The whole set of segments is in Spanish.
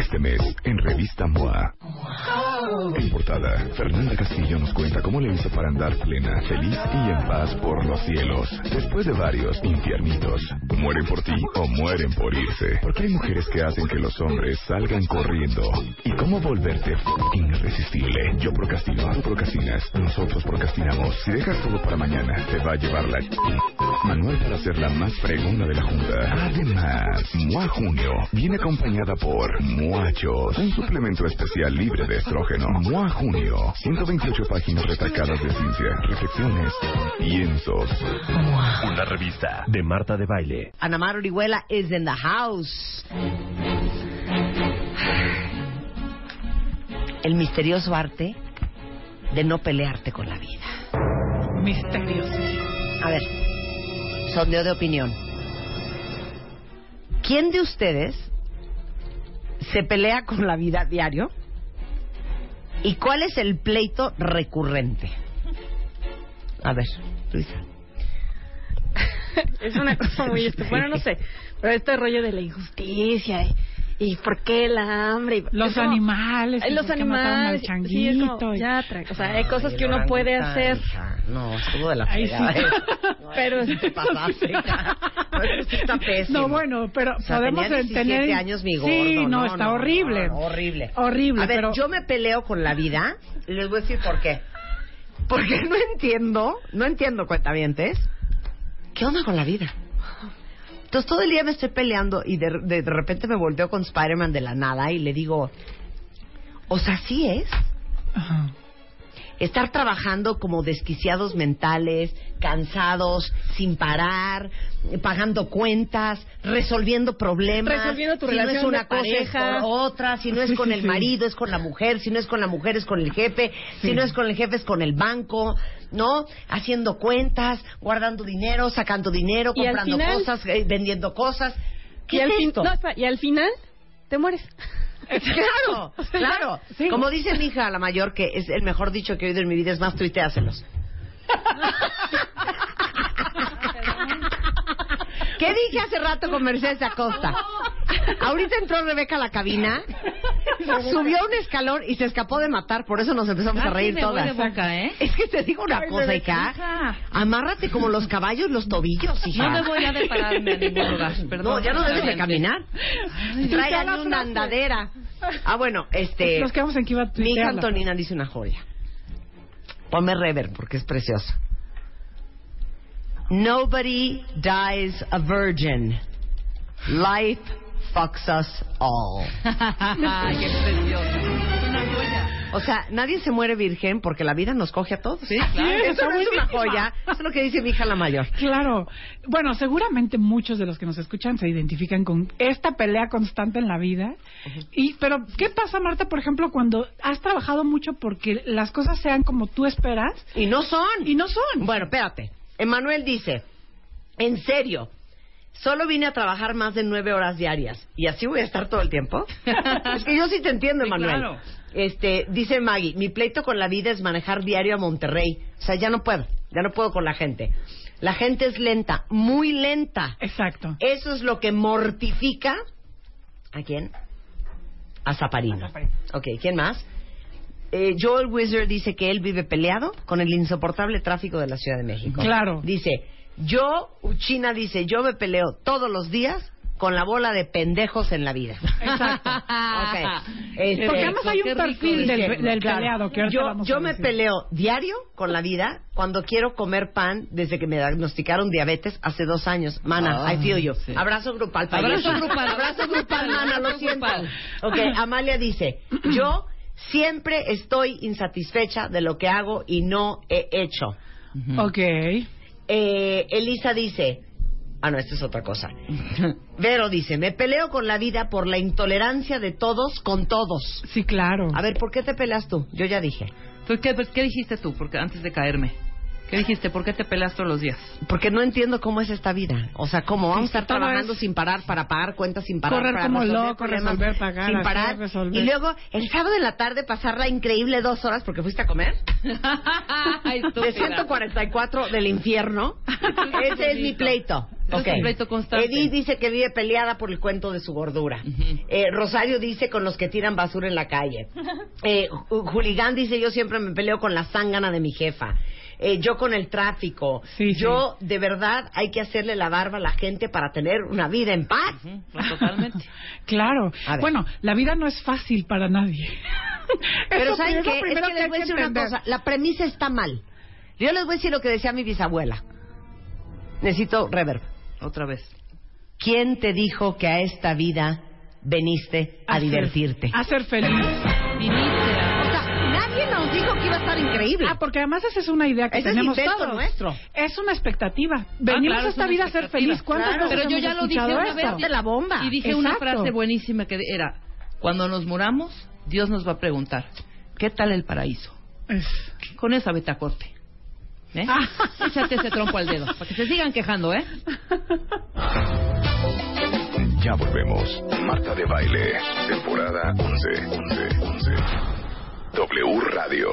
Este mes, en Revista MOA. En portada, Fernanda Castillo nos cuenta cómo le hizo para andar plena, feliz y en paz por los cielos. Después de varios infiernitos. Mueren por ti o mueren por irse. Porque hay mujeres que hacen que los hombres salgan corriendo. ¿Y cómo volverte irresistible? Yo procrastino, tú procrastinas, nosotros procrastinamos. Si dejas todo para mañana, te va a llevar la Manual para ser la más fregona de la junta. Además, MOA Junio viene acompañada por Muachos, un suplemento especial libre de estrógeno. MOA Junio, 128 páginas retacadas de ciencia, reflexiones, piensos. MOA. Una revista de Marta de Baile. Ana Mar Orihuela is in the house. El misterioso arte de no pelearte con la vida. Misterioso. A ver, sondeo de opinión. ¿Quién de ustedes se pelea con la vida diario? ¿Y cuál es el pleito recurrente? A ver, Luisa. Es una cosa muy bueno, no sé, pero este rollo de la injusticia y por qué la hambre y los animales, los animales, sí, es como, ya o sea, hay cosas que uno puede hacer. No, estuvo de la fregada. Sí. Pero si te pasaste, está pésimo. No, bueno, pero o sea, podemos tenía 17 tener años mi gordo. Sí, no, está horrible. Horrible. Horrible. A ver, pero yo me peleo con la vida y les voy a decir por qué. Porque no entiendo, cuentavientes, ¿qué onda con la vida? Entonces todo el día me estoy peleando y de repente me volteo con Spider-Man de la nada y le digo, o sea, ¿sí es? Ajá. Estar trabajando como desquiciados mentales, cansados, sin parar, pagando cuentas, resolviendo problemas. Resolviendo tu si relación no es una de cosa pareja. es con otra, si no es con el marido es con la mujer, si no es con la mujer es con el jefe, si no es con el jefe es con el banco, ¿no? Haciendo cuentas, guardando dinero, sacando dinero, Y comprando final, cosas, vendiendo cosas. ¿Qué es esto? Y al final te mueres. Claro. Sí. Como dice mi hija, la mayor, que es el mejor dicho que he oído en mi vida, es más, tuiteáselos. ¿Qué dije hace rato con Mercedes Acosta? Ahorita entró Rebeca a la cabina, subió un escalón y se escapó de matar, por eso nos empezamos a reír todas. Es que te digo una cosa, hija. Amárrate como los caballos los tobillos, hija. No me voy a depararme a ningún lugar. Perdón, no, ya no debes de caminar. Tráiganle una andadera. Ah, bueno, Nos quedamos en que iba a mi hija tuitearla. Antonina dice una joya. Ponme reverb porque es preciosa. Nobody dies a virgin. Life fucks us all. Ay, qué precioso. Es una joya. O sea, nadie se muere virgen porque la vida nos coge a todos. Sí, claro. Eso no es una joya. Eso es lo que dice mi hija la mayor. Claro. Bueno, seguramente muchos de los que nos escuchan se identifican con esta pelea constante en la vida. Pero, ¿qué pasa, Marta, por ejemplo, cuando has trabajado mucho porque las cosas sean como tú esperas? Y no son. Y no son. Bueno, espérate. Emanuel dice, en serio, solo vine a trabajar más de 9 horas diarias. ¿Y así voy a estar todo el tiempo? Es que yo sí te entiendo, Sí, Emanuel. claro. Dice Maggie, mi pleito con la vida es manejar diario a Monterrey. O sea, ya no puedo con la gente. La gente es lenta, muy lenta. Exacto. Eso es lo que mortifica. ¿A quién? A Zaparino. Ok, ¿quién más? Joel Wizard dice que él vive peleado con el insoportable tráfico de la Ciudad de México. Claro. Dice, Uchina dice, yo me peleo todos los días con la bola de pendejos en la vida. Exacto. Okay. Porque además hay un perfil del peleado que ahorita vamos a yo me decir. peleo diario con la vida cuando quiero comer pan desde que me diagnosticaron diabetes hace 2 años. Mana, I feel you. Sí. Abrazo grupal. Abrazo grupal. Abrazo grupal, mana, lo Abrazo siento. grupal. Ok, Amalia dice, yo siempre estoy insatisfecha de lo que hago y no he hecho. Ok. Elisa dice, no, esta es otra cosa. Vero dice, me peleo con la vida por la intolerancia de todos con todos. Sí, claro. A ver, ¿por qué te peleas tú? Yo ya dije. ¿Qué dijiste tú? Porque antes de caerme. ¿Qué dijiste? ¿Por qué te peleas todos los días? Porque no entiendo cómo es esta vida. O sea, ¿cómo vamos a estar todo trabajando es sin parar para pagar cuentas sin parar? correr para como resolver loco, problemas resolver, pagar, sin hacer, parar. resolver. Y luego, el sábado en la tarde, pasarla increíble 2 horas porque fuiste a comer. Ay, De 144 del infierno. Ese es mi pleito. Ese es el pleito constante. Edith dice que vive peleada por el cuento de su gordura. Rosario dice con los que tiran basura en la calle. Juligán dice yo siempre me peleo con la zángana de mi jefa. Yo con el tráfico. Yo, de verdad, hay que hacerle la barba a la gente para tener una vida en paz. Totalmente. Claro. Bueno, la vida no es fácil para nadie. Pero ¿saben qué? Es que les voy a decir una cosa. La premisa está mal. Yo les voy a decir lo que decía mi bisabuela. Necesito reverb. Otra vez. ¿Quién te dijo que a esta vida veniste a divertirte? A ser feliz. Viniste O sea, nadie nos dijo que iba a estar increíble. Porque además esa es una idea que tenemos todos. Nuestro. Es una expectativa. Venimos a esta vida a ser feliz. ¿Cuántas veces Pero yo ya lo dije una vez de la bomba. y dije una frase buenísima que era: cuando nos muramos, Dios nos va a preguntar, ¿qué tal el paraíso? Con esa vete a corte. Échate ese trompo al dedo, para que se sigan quejando, ¿eh? Ya volvemos. Marta de Baile, temporada 11. W Radio.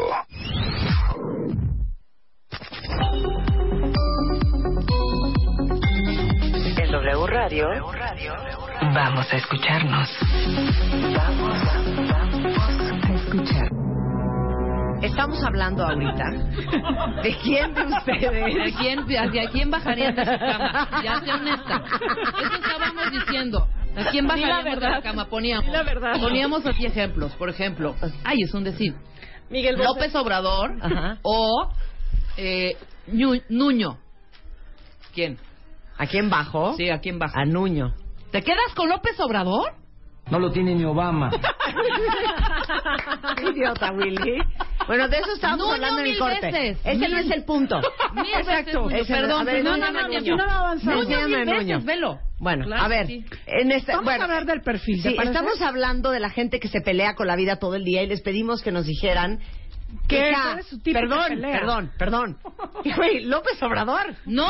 En W Radio, vamos a escucharnos. Vamos a escuchar. Estamos hablando ahorita de quién de ustedes. ¿Hacia quién bajarían de su cama? Ya sea honesta. Eso estábamos diciendo. ¿A quién bajaríamos de la cama? Poníamos así ejemplos. Por ejemplo, es un decir. Miguel López Obrador o Nuño. ¿Quién? ¿A quién bajo? Sí, ¿a quién bajo? A Nuño. ¿Te quedas con López Obrador? No lo tiene ni Obama. Idiota, Willy. Bueno, de eso estábamos hablando en el corte. Veces. Ese no es el punto. Exacto. Perdón, no avanzamos. Velo. Bueno, claro, a ver, sí. Vamos a hablar del perfil. Sí, estamos hablando de la gente que se pelea con la vida todo el día y les pedimos que nos dijeran ¿Qué es su tipo de pelea? Perdón. Güey, López Obrador. No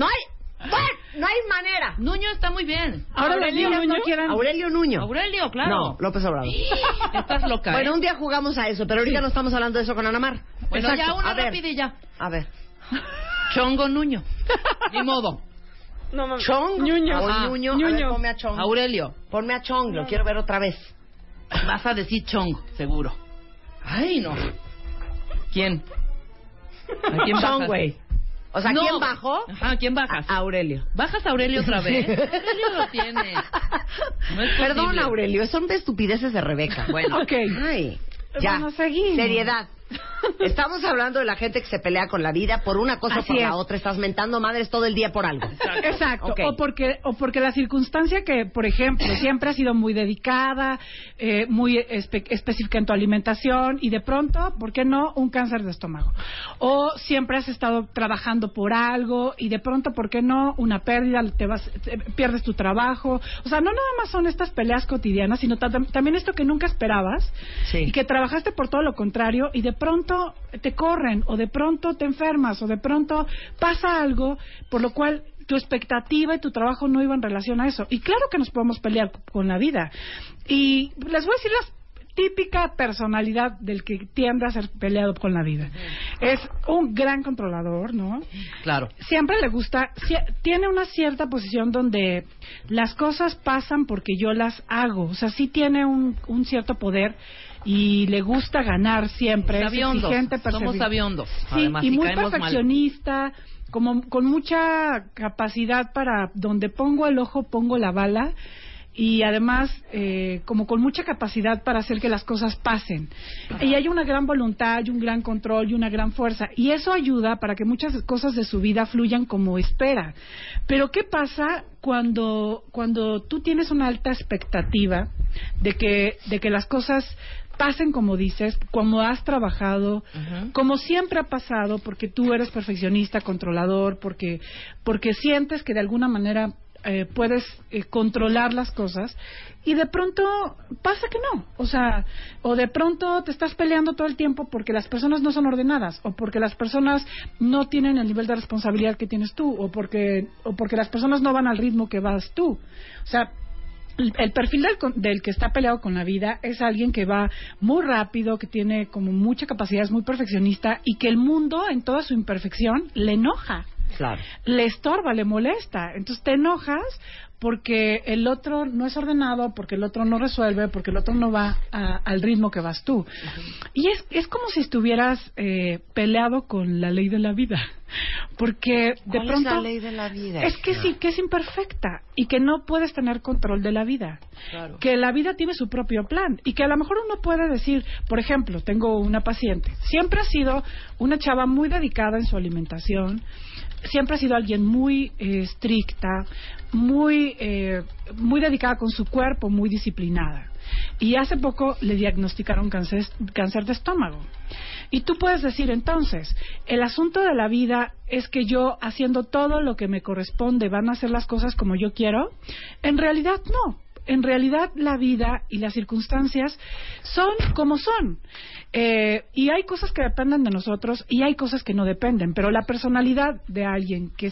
hay manera. Nuño está muy bien. Aurelio Nuño. Aurelio, claro. No, López Obrador. Estás loca. Bueno, un día jugamos a eso, pero ahorita no estamos hablando de eso con Ana Mar. Bueno, ya una rápida y ya. A ver. Chongo Nuño. Ni modo. No, mami. Chong. Nuño. O Nuño. A ver, ponme a Chong. Aurelio. Ponme a Chong, lo quiero ver otra vez. Vas a decir Chong, seguro. Ay, no. ¿Quién? ¿A quién Chong, bajas? güey. O sea, No. ¿quién bajo? Ajá, ¿quién bajas? A Aurelio. ¿Bajas a Aurelio otra vez? Aurelio lo tiene. No es Perdón, posible. Aurelio, son estupideces de Rebeca. Bueno. Ok. Ay, ya. Bueno, seguimos. Seriedad. Estamos hablando de la gente que se pelea con la vida por una cosa o Así por es. la otra. Estás mentando madres todo el día por algo. Exacto. Ok. O porque la circunstancia que, por ejemplo, siempre has sido muy dedicada, muy específica en tu alimentación y de pronto, ¿por qué no? Un cáncer de estómago. O siempre has estado trabajando por algo y de pronto, ¿por qué no? Una pérdida, pierdes tu trabajo. O sea, no nada más son estas peleas cotidianas, sino también esto que nunca esperabas y que trabajaste por todo lo contrario y de pronto te corren o de pronto te enfermas o de pronto pasa algo por lo cual tu expectativa y tu trabajo no iban en relación a eso. Y claro que nos podemos pelear con la vida. Y les voy a decir la típica personalidad del que tiende a ser peleado con la vida. Es un gran controlador, ¿no? Claro. Siempre le gusta, tiene una cierta posición donde las cosas pasan porque yo las hago. O sea, sí tiene un cierto poder y le gusta ganar siempre. Es exigente, somos aviondos. Sí, Además, y si muy caemos perfeccionista, como con mucha capacidad para donde pongo el ojo pongo la bala y además como con mucha capacidad para hacer que las cosas pasen. Y hay una gran voluntad y un gran control y una gran fuerza y eso ayuda para que muchas cosas de su vida fluyan como espera. Pero ¿qué pasa cuando tú tienes una alta expectativa de que las cosas pasen como dices, como has trabajado, como siempre ha pasado, porque tú eres perfeccionista, controlador, porque sientes que de alguna manera puedes controlar las cosas y de pronto pasa que no, o sea, o de pronto te estás peleando todo el tiempo porque las personas no son ordenadas o porque las personas no tienen el nivel de responsabilidad que tienes tú o porque las personas no van al ritmo que vas tú, o sea, el perfil del que está peleado con la vida es alguien que va muy rápido, que tiene como mucha capacidad, es muy perfeccionista y que el mundo en toda su imperfección le enoja. Claro. Le estorba, le molesta. Entonces te enojas porque el otro no es ordenado, porque el otro no resuelve, porque el otro no va al ritmo que vas tú. Y es como si estuvieras peleado con la ley de la vida. Porque de ¿Cuál pronto... es la ley de la vida? Es que sí, que es imperfecta y que no puedes tener control de la vida. Claro. Que la vida tiene su propio plan y que a lo mejor uno puede decir, por ejemplo, tengo una paciente, siempre ha sido una chava muy dedicada en su alimentación, siempre ha sido alguien muy estricta, muy dedicada con su cuerpo, muy disciplinada. Y hace poco le diagnosticaron cáncer de estómago. Y tú puedes decir, entonces, el asunto de la vida es que yo, haciendo todo lo que me corresponde, van a hacer las cosas como yo quiero. En realidad, no. En realidad, la vida y las circunstancias son como son. Y hay cosas que dependen de nosotros y hay cosas que no dependen. Pero la personalidad de alguien que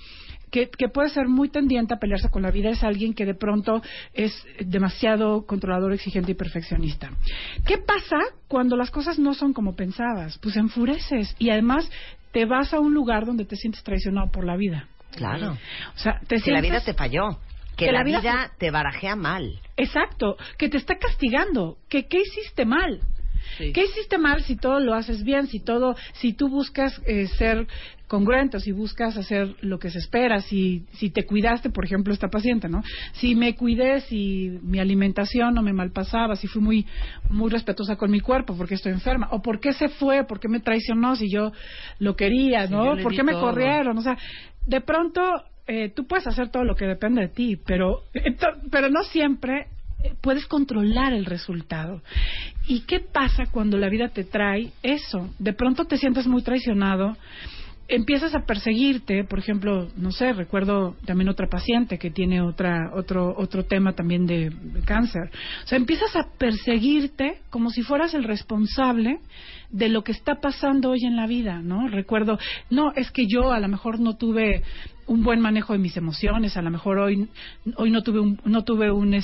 puede ser muy tendiente a pelearse con la vida es alguien que de pronto es demasiado controlador, exigente y perfeccionista. ¿Qué pasa cuando las cosas no son como pensabas? Pues enfureces y además te vas a un lugar donde te sientes traicionado por la vida. Claro. O sea, que la vida te falló. Que la vida te barajea mal. Exacto. Que te está castigando. ¿Qué hiciste mal? Sí. ¿Qué hiciste mal si todo lo haces bien? Si tú buscas ser congruente, si buscas hacer lo que se espera, si te cuidaste, por ejemplo, esta paciente, ¿no? Si me cuidé, si mi alimentación no me malpasaba, si fui muy, muy respetuosa con mi cuerpo porque estoy enferma, o por qué se fue, por qué me traicionó si yo lo quería, ¿no? ¿Por qué me corrieron? O sea, de pronto tú puedes hacer todo lo que depende de ti, pero no siempre puedes controlar el resultado. ¿Y qué pasa cuando la vida te trae eso? De pronto te sientes muy traicionado, empiezas a perseguirte, por ejemplo, no sé, recuerdo también otra paciente que tiene otro tema también de cáncer. O sea, empiezas a perseguirte como si fueras el responsable de lo que está pasando hoy en la vida, ¿no? Recuerdo, no, es que yo a lo mejor no tuve un buen manejo de mis emociones, a lo mejor hoy no tuve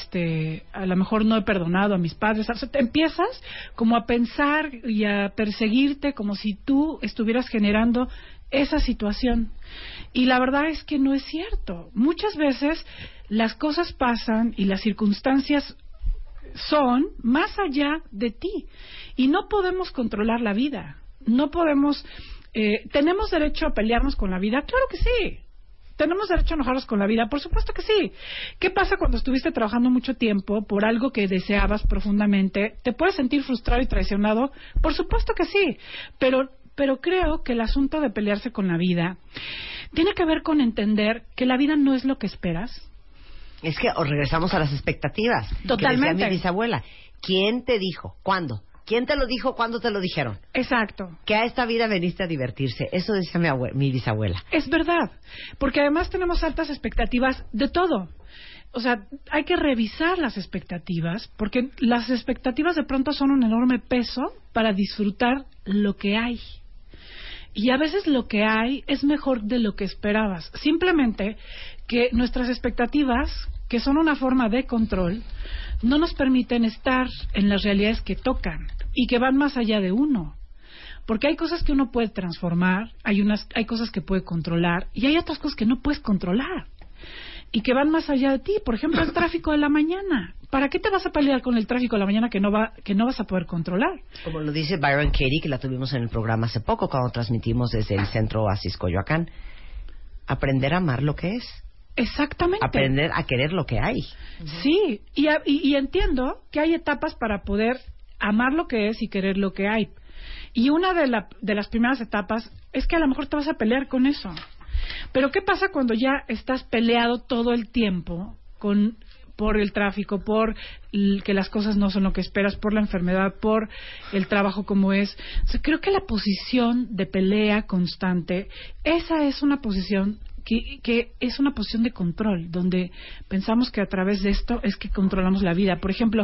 a lo mejor no he perdonado a mis padres. O sea, te empiezas como a pensar y a perseguirte como si tú estuvieras generando esa situación. Y la verdad es que no es cierto. Muchas veces las cosas pasan y las circunstancias son más allá de ti. Y no podemos controlar la vida. No podemos... ¿tenemos derecho a pelearnos con la vida? Claro que sí. ¿Tenemos derecho a enojarnos con la vida? Por supuesto que sí. ¿Qué pasa cuando estuviste trabajando mucho tiempo por algo que deseabas profundamente? ¿Te puedes sentir frustrado y traicionado? Por supuesto que sí. Pero creo que el asunto de pelearse con la vida tiene que ver con entender que la vida no es lo que esperas. Es que os regresamos a las expectativas. Totalmente. Que decía mi bisabuela. ¿Quién te dijo? ¿Cuándo? ¿Quién te lo dijo? ¿Cuándo te lo dijeron? Exacto. Que a esta vida veniste a divertirse. Eso decía mi bisabuela. Es verdad. Porque además tenemos altas expectativas de todo. O sea, hay que revisar las expectativas, porque las expectativas de pronto son un enorme peso para disfrutar lo que hay. Y a veces lo que hay es mejor de lo que esperabas. Simplemente que nuestras expectativas, que son una forma de control, no nos permiten estar en las realidades que tocan y que van más allá de uno. Porque hay cosas que uno puede transformar, hay cosas que puede controlar y hay otras cosas que no puedes controlar y que van más allá de ti. Por ejemplo, el tráfico de la mañana. ¿Para qué te vas a pelear con el tráfico de la mañana que no vas a poder controlar? Como lo dice Byron Katie, que la tuvimos en el programa hace poco cuando transmitimos desde el Centro Oasis Coyoacán. Aprender a amar lo que es. Exactamente. Aprender a querer lo que hay. Sí, y entiendo que hay etapas para poder amar lo que es y querer lo que hay. Y una de las primeras etapas es que a lo mejor te vas a pelear con eso. Pero ¿qué pasa cuando ya estás peleado todo el tiempo por el tráfico, por que las cosas no son lo que esperas, por la enfermedad, por el trabajo como es? O sea, creo que la posición de pelea constante, esa es una posición que es una posición de control, donde pensamos que a través de esto es que controlamos la vida. Por ejemplo,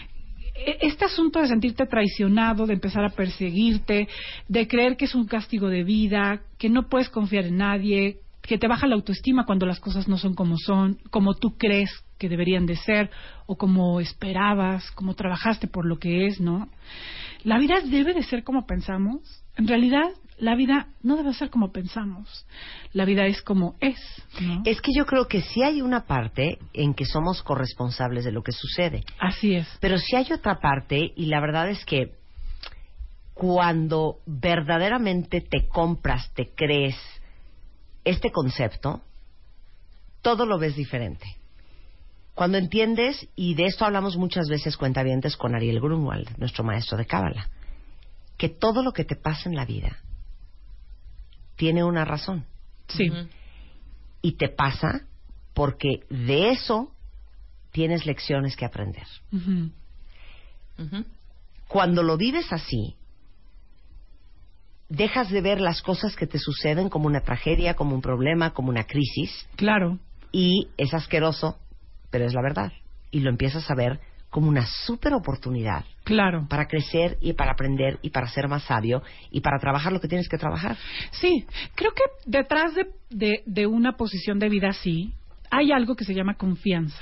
este asunto de sentirte traicionado, de empezar a perseguirte, de creer que es un castigo de vida, que no puedes confiar en nadie, que te baja la autoestima cuando las cosas no son, como tú crees que deberían de ser, o como esperabas, como trabajaste por lo que es, ¿no? La vida debe de ser como pensamos. En realidad, la vida no debe ser como pensamos. La vida es como es, ¿no? Es que yo creo que sí hay una parte en que somos corresponsables de lo que sucede. Así es. Pero sí hay otra parte, y la verdad es que cuando verdaderamente te compras, te crees este concepto, todo lo ves diferente. Cuando entiendes, y de esto hablamos muchas veces, cuentavientes, con Ariel Grunwald, nuestro maestro de Cábala, que todo lo que te pasa en la vida tiene una razón. Sí. Y te pasa porque de eso tienes lecciones que aprender. Cuando lo vives así, dejas de ver las cosas que te suceden como una tragedia, como un problema, como una crisis. Claro. Y es asqueroso, pero es la verdad. Y lo empiezas a ver como una súper oportunidad. Claro. Para crecer y para aprender y para ser más sabio y para trabajar lo que tienes que trabajar. Sí, creo que detrás de una posición de vida así hay algo que se llama confianza.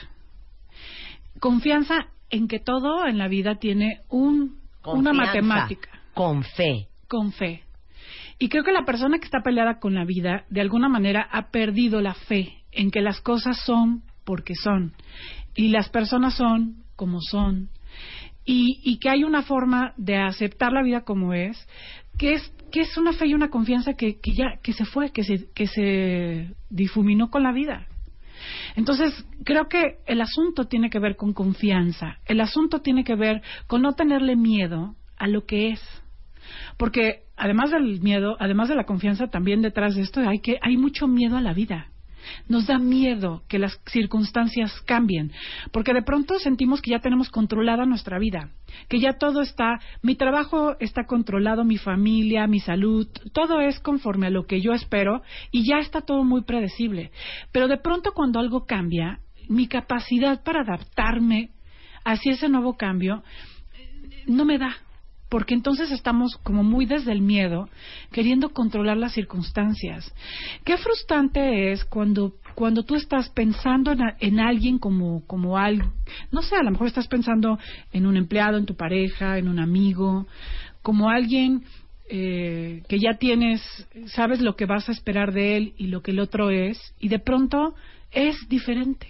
Confianza en que todo en la vida tiene una matemática. Con fe. Con fe. Y creo que la persona que está peleada con la vida, de alguna manera, ha perdido la fe en que las cosas son porque son. Y las personas son como son. Y que hay una forma de aceptar la vida como es, que es una fe y una confianza que se fue, que se difuminó con la vida. Entonces, creo que el asunto tiene que ver con confianza. El asunto tiene que ver con no tenerle miedo a lo que es. Porque además del miedo, además de la confianza, también detrás de esto hay mucho miedo a la vida. Nos da miedo que las circunstancias cambien, porque de pronto sentimos que ya tenemos controlada nuestra vida, que ya todo está, mi trabajo está controlado, mi familia, mi salud, todo es conforme a lo que yo espero y ya está todo muy predecible. Pero de pronto cuando algo cambia, mi capacidad para adaptarme hacia ese nuevo cambio no me da. Porque entonces estamos como muy desde el miedo, queriendo controlar las circunstancias. Qué frustrante es cuando tú estás pensando en alguien como algo, no sé, a lo mejor estás pensando en un empleado, en tu pareja, en un amigo, como alguien que ya tienes, sabes lo que vas a esperar de él y lo que el otro es, y de pronto es diferente.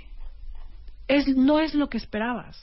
No es lo que esperabas.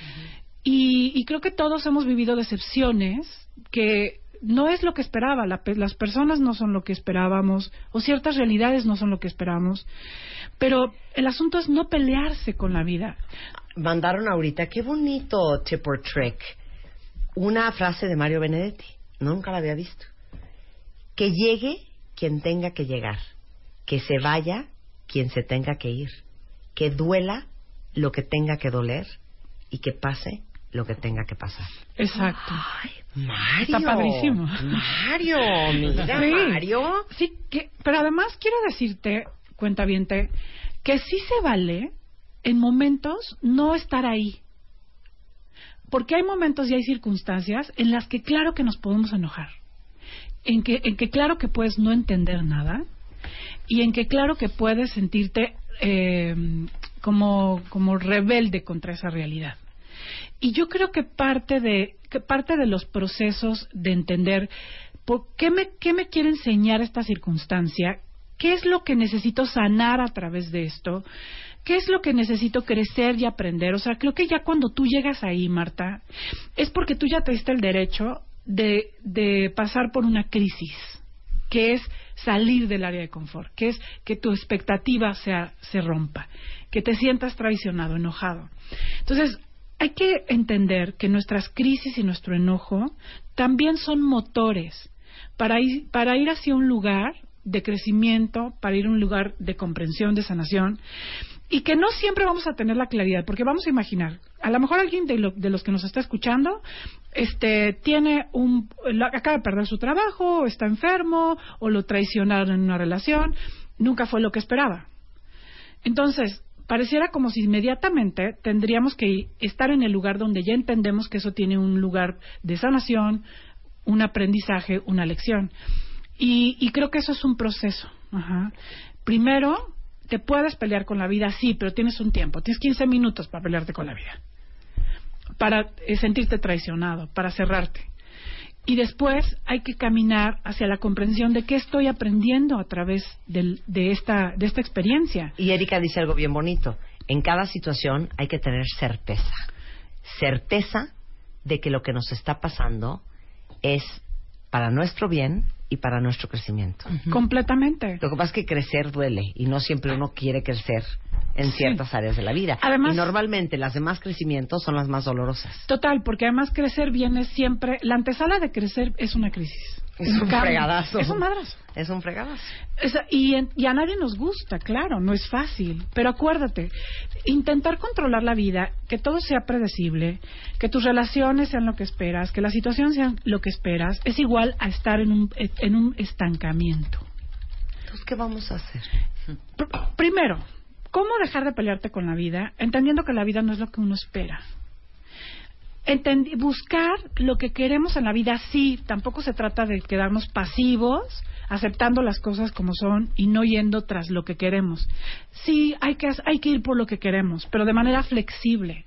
Y creo que todos hemos vivido decepciones que no es lo que esperaba. Las personas no son lo que esperábamos, o ciertas realidades no son lo que esperamos. Pero el asunto es no pelearse con la vida. Mandaron ahorita, qué bonito tip or trick, una frase de Mario Benedetti. Nunca la había visto. Que llegue quien tenga que llegar, que se vaya quien se tenga que ir, que duela lo que tenga que doler y que pase lo que tenga que pasar. Exacto. Ay, Mario. Está padrísimo. Mario, mira, sí. Mario. Sí, pero además quiero decirte, cuentaviente, que sí se vale en momentos no estar ahí. Porque hay momentos y hay circunstancias en las que claro que nos podemos enojar. En que claro que puedes no entender nada y en que claro que puedes sentirte como rebelde contra esa realidad. Y yo creo que parte de los procesos de entender qué me quiere enseñar esta circunstancia, qué es lo que necesito sanar a través de esto, qué es lo que necesito crecer y aprender. O sea, creo que ya cuando tú llegas ahí, Marta, es porque tú ya te diste el derecho de pasar por una crisis, que es salir del área de confort, que es que tu expectativa se rompa, que te sientas traicionado, enojado. Entonces, hay que entender que nuestras crisis y nuestro enojo también son motores para ir hacia un lugar de crecimiento, para ir a un lugar de comprensión, de sanación, y que no siempre vamos a tener la claridad, porque vamos a imaginar, a lo mejor alguien de los que nos está escuchando acaba de perder su trabajo, o está enfermo, o lo traicionaron en una relación, nunca fue lo que esperaba. Entonces, pareciera como si inmediatamente tendríamos que estar en el lugar donde ya entendemos que eso tiene un lugar de sanación, un aprendizaje, una lección. Y creo que eso es un proceso. Ajá. primero, te puedes pelear con la vida, sí, pero tienes un tiempo. Tienes 15 minutos para pelearte con la vida. Para sentirte traicionado, para cerrarte. Y después hay que caminar hacia la comprensión de qué estoy aprendiendo a través de esta experiencia. Y Erika dice algo bien bonito. En cada situación hay que tener certeza. Certeza de que lo que nos está pasando es para nuestro bien y para nuestro crecimiento. Completamente. Lo que pasa es que crecer duele y no siempre uno quiere crecer en ciertas áreas de la vida. Además, y normalmente las demás crecimientos son las más dolorosas. Total, porque además crecer viene siempre... La antesala de crecer es una crisis. Es un fregadazo. Es un madrazo. Es un fregadazo. Y a nadie nos gusta, claro, no es fácil. Pero acuérdate, intentar controlar la vida, que todo sea predecible, que tus relaciones sean lo que esperas, que la situación sea lo que esperas, es igual a estar en un estancamiento. Entonces, ¿qué vamos a hacer? Primero, ¿cómo dejar de pelearte con la vida? Entendiendo que la vida no es lo que uno espera. Buscar lo que queremos en la vida, sí, tampoco se trata de quedarnos pasivos, aceptando las cosas como son y no yendo tras lo que queremos. Sí, hay que ir por lo que queremos, pero de manera flexible.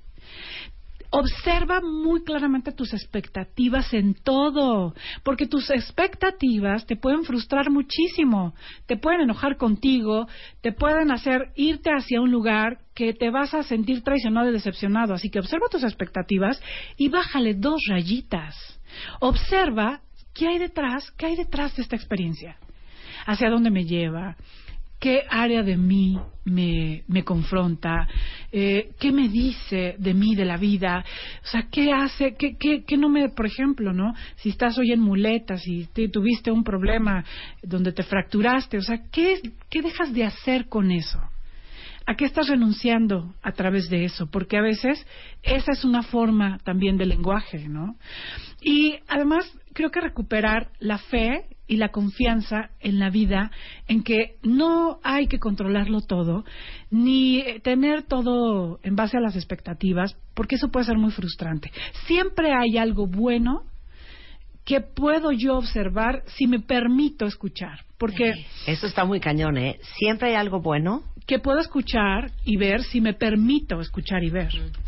Observa muy claramente tus expectativas en todo, porque tus expectativas te pueden frustrar muchísimo, te pueden enojar contigo, te pueden hacer irte hacia un lugar que te vas a sentir traicionado y decepcionado. Así que observa tus expectativas y bájale 2 rayitas. Observa qué hay detrás de esta experiencia, hacia dónde me lleva, qué área de mí me confronta, qué me dice de mí, de la vida, o sea, qué hace, qué no me, por ejemplo, ¿no? Si estás hoy en muletas, si tuviste un problema donde te fracturaste, o sea, ¿qué dejas de hacer con eso? ¿A qué estás renunciando a través de eso? Porque a veces esa es una forma también de lenguaje, ¿no? Y además creo que recuperar la fe y la confianza en la vida, en que no hay que controlarlo todo, ni tener todo en base a las expectativas, porque eso puede ser muy frustrante. Siempre hay algo bueno que puedo yo observar si me permito escuchar, porque... Eso está muy cañón, ¿eh? Siempre hay algo bueno que puedo escuchar y ver si me permito escuchar y ver.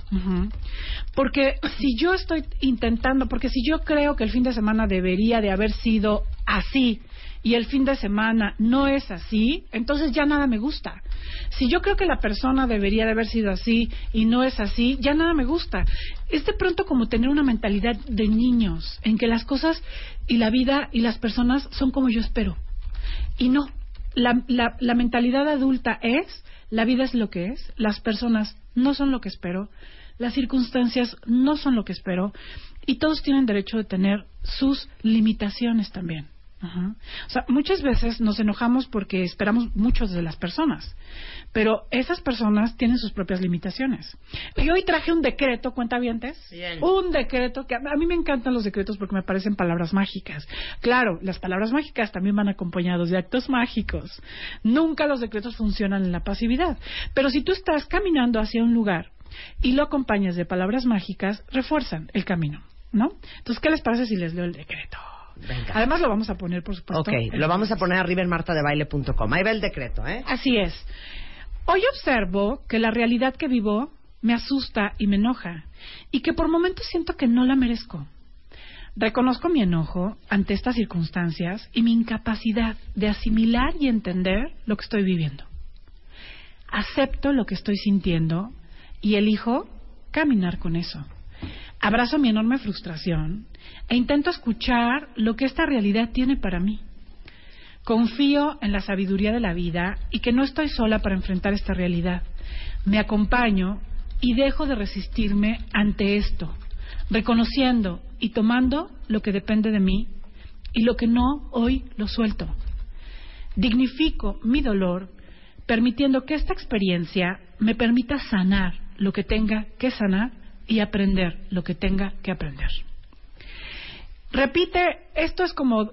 Porque si yo estoy intentando, porque si yo creo que el fin de semana debería de haber sido así y el fin de semana no es así, entonces ya nada me gusta. Si yo creo que la persona debería de haber sido así y no es así, ya nada me gusta. Es de pronto como tener una mentalidad de niños, en que las cosas y la vida y las personas son como yo espero. Y no. La mentalidad adulta es, la vida es lo que es, las personas no son lo que espero, las circunstancias no son lo que espero, y todos tienen derecho de tener sus limitaciones también. O sea, muchas veces nos enojamos porque esperamos mucho de las personas, pero esas personas tienen sus propias limitaciones. Y hoy traje un decreto, cuentavientes, un decreto que a mí me encantan los decretos porque me parecen palabras mágicas. Claro, las palabras mágicas también van acompañados de actos mágicos. Nunca los decretos funcionan en la pasividad, pero si tú estás caminando hacia un lugar y lo acompañas de palabras mágicas, refuerzan el camino, ¿no? Entonces, ¿qué les parece si les leo el decreto? Venga. Además lo vamos a poner, por supuesto. Ok, lo vamos a poner arriba en martadebaile.com. Ahí va el decreto, ¿eh? Así es. Hoy observo que la realidad que vivo me asusta y me enoja, y que por momentos siento que no la merezco. Reconozco mi enojo ante estas circunstancias y mi incapacidad de asimilar y entender lo que estoy viviendo. Acepto lo que estoy sintiendo y elijo caminar con eso. Abrazo mi enorme frustración e intento escuchar lo que esta realidad tiene para mí. Confío en la sabiduría de la vida y que no estoy sola para enfrentar esta realidad. Me acompaño y dejo de resistirme ante esto, reconociendo y tomando lo que depende de mí y lo que no, hoy lo suelto. Dignifico mi dolor, permitiendo que esta experiencia me permita sanar lo que tenga que sanar y aprender lo que tenga que aprender. Repite, esto es como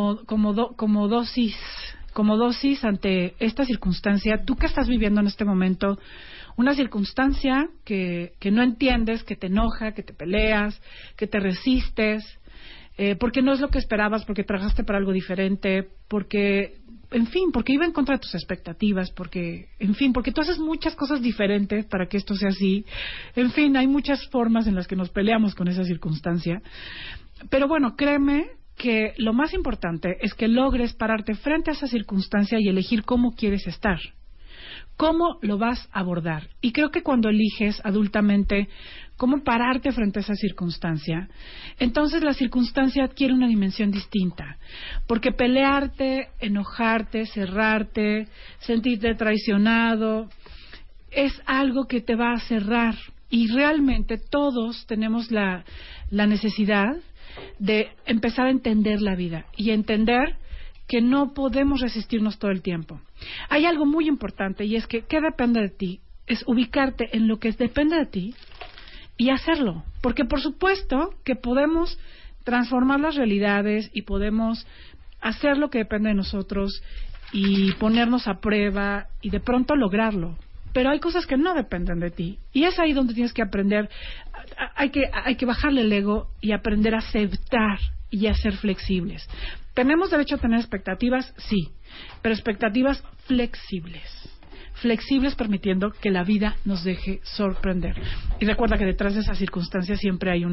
dosis ante esta circunstancia. Tú que estás viviendo en este momento una circunstancia que no entiendes, que te enoja, que te peleas, que te resistes, porque no es lo que esperabas, porque trabajaste para algo diferente, porque iba en contra de tus expectativas, porque tú haces muchas cosas diferentes para que esto sea así. En fin, hay muchas formas en las que nos peleamos con esa circunstancia. Pero bueno, créeme que lo más importante es que logres pararte frente a esa circunstancia y elegir cómo quieres estar. ¿Cómo lo vas a abordar? Y creo que cuando eliges adultamente cómo pararte frente a esa circunstancia, entonces la circunstancia adquiere una dimensión distinta. Porque pelearte, enojarte, cerrarte, sentirte traicionado, es algo que te va a cerrar. Y realmente todos tenemos la necesidad de empezar a entender la vida y entender que no podemos resistirnos todo el tiempo. Hay algo muy importante y es que ¿qué depende de ti? Es ubicarte en lo que depende de ti y hacerlo. Porque por supuesto que podemos transformar las realidades y podemos hacer lo que depende de nosotros y ponernos a prueba y de pronto lograrlo. Pero hay cosas que no dependen de ti. Y es ahí donde tienes que aprender. Hay que bajarle el ego y aprender a aceptar y a ser flexibles. ¿Tenemos derecho a tener expectativas? Sí. Pero expectativas flexibles. Flexibles permitiendo que la vida nos deje sorprender. Y recuerda que detrás de esas circunstancias siempre hay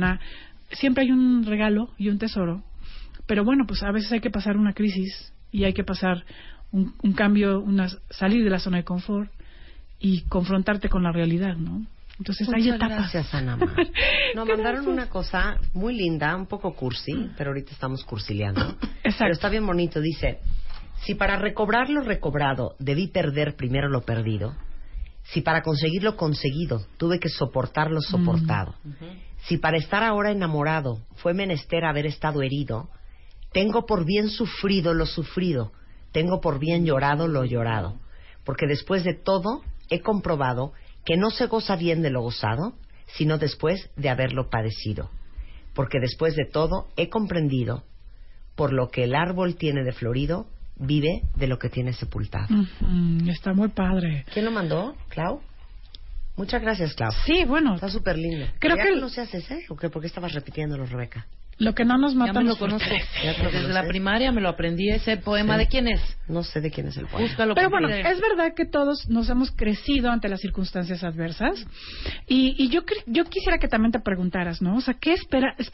un regalo y un tesoro. Pero bueno, pues a veces hay que pasar una crisis y hay que pasar un cambio, salir de la zona de confort y confrontarte con la realidad, ¿no? Entonces hay etapas. Gracias, Ana Mar. Nos mandaron una cosa muy linda, un poco cursi, pero ahorita estamos cursileando. Exacto. Pero está bien bonito. Dice: si para recobrar lo recobrado debí perder primero lo perdido, si para conseguir lo conseguido tuve que soportar lo soportado, si para estar ahora enamorado fue menester haber estado herido, tengo por bien sufrido lo sufrido, tengo por bien llorado lo llorado, porque después de todo he comprobado que no se goza bien de lo gozado, sino después de haberlo padecido. Porque después de todo he comprendido, por lo que el árbol tiene de florido, vive de lo que tiene sepultado. Está muy padre. ¿Quién lo mandó? ¿Clau? Muchas gracias, Clau. Sí, bueno. Está súper lindo. Creo que no se hace ese, ¿o qué? ¿Por qué estabas repitiéndolo, Rebeca? Lo que no nos mata ya me lo nos conozco. fortalece. Desde la primaria me lo aprendí. Ese poema, Sí. ¿de quién es? No sé de quién es el poema. Búscalo. Pero bueno, es verdad que todos nos hemos crecido ante las circunstancias adversas y yo quisiera que también te preguntaras, ¿no? O sea, ¿qué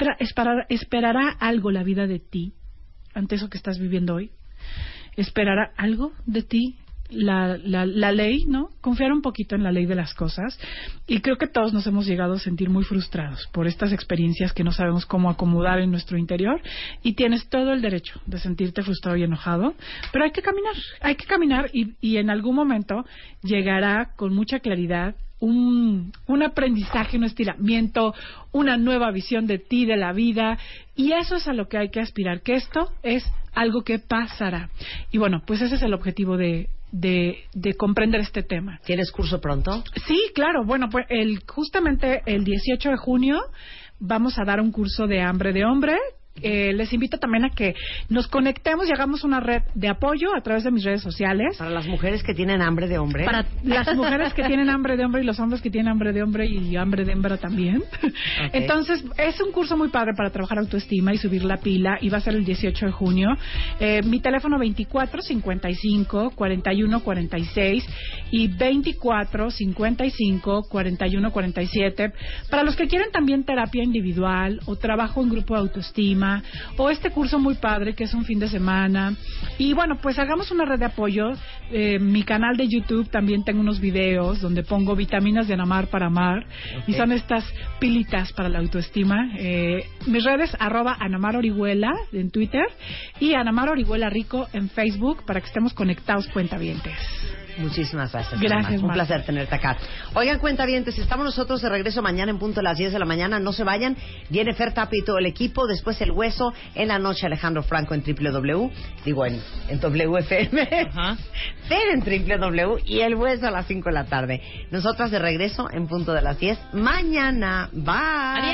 esperará algo la vida de ti ante eso que estás viviendo hoy? ¿Esperará algo de ti la ley, ¿no? Confiar un poquito en la ley de las cosas. Y creo que todos nos hemos llegado a sentir muy frustrados por estas experiencias que no sabemos cómo acomodar en nuestro interior, y tienes todo el derecho de sentirte frustrado y enojado, pero hay que caminar y en algún momento llegará con mucha claridad un aprendizaje, un estiramiento, una nueva visión de ti, de la vida, y eso es a lo que hay que aspirar, que esto es algo que pasará. Y bueno, pues ese es el objetivo de comprender este tema. ¿Tienes curso pronto? Sí, claro. Bueno, pues justamente el 18 de junio vamos a dar un curso de hambre de hombre. Les invito también a que nos conectemos y hagamos una red de apoyo a través de mis redes sociales. Para las mujeres que tienen hambre de hombre. Para las mujeres que tienen hambre de hombre y los hombres que tienen hambre de hombre y hambre de hembra también. Okay. Entonces, es un curso muy padre para trabajar autoestima y subir la pila, y va a ser el 18 de junio. Mi teléfono 24 55 41 46 y 24 55 41 47. Para los que quieren también terapia individual o trabajo en grupo de autoestima, o este curso muy padre que es un fin de semana. Y bueno, pues hagamos una red de apoyo. Mi canal de YouTube también tengo unos videos donde pongo vitaminas de Ana Mar para amar. Okay. Y son estas pilitas para la autoestima. Mis redes @Ana Mar Orihuela en Twitter y Ana Mar Orihuela Rico en Facebook, para que estemos conectados, cuentavientes. Muchísimas gracias. Gracias, un placer tenerte acá. Oigan, cuentavientes, estamos nosotros de regreso mañana en punto a las 10 de la mañana. No se vayan. Viene Fer Tapia y todo el equipo. Después El Hueso. En la noche Alejandro Franco en WFM. Fer en WW. Y El Hueso a las 5 de la tarde. Nosotras de regreso en punto de las 10 mañana. Bye.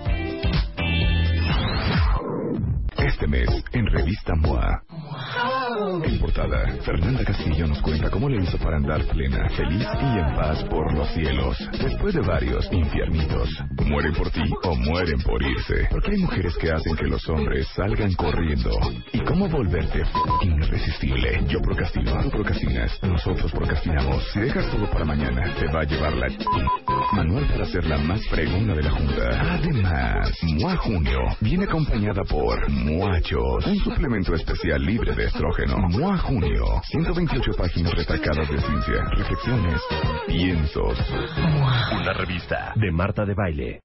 Adiós. Este mes en Revista MOA. En portada, Fernanda Castillo nos cuenta cómo le hizo para andar plena, feliz y en paz por los cielos. Después de varios infiernitos. Mueren por ti o mueren por irse. Porque hay mujeres que hacen que los hombres salgan corriendo. ¿Y cómo volverte irresistible? Yo procrastino, tú procrastinas, nosotros procrastinamos. Si dejas todo para mañana, te va a llevar la manual para ser la más fregona de la junta. Además, MOA Junio viene acompañada por Muachos, un suplemento especial libre de estrógeno. MOA Junio, 128 páginas retacadas de ciencia, reflexiones, piensos. Una revista de Marta de Baile.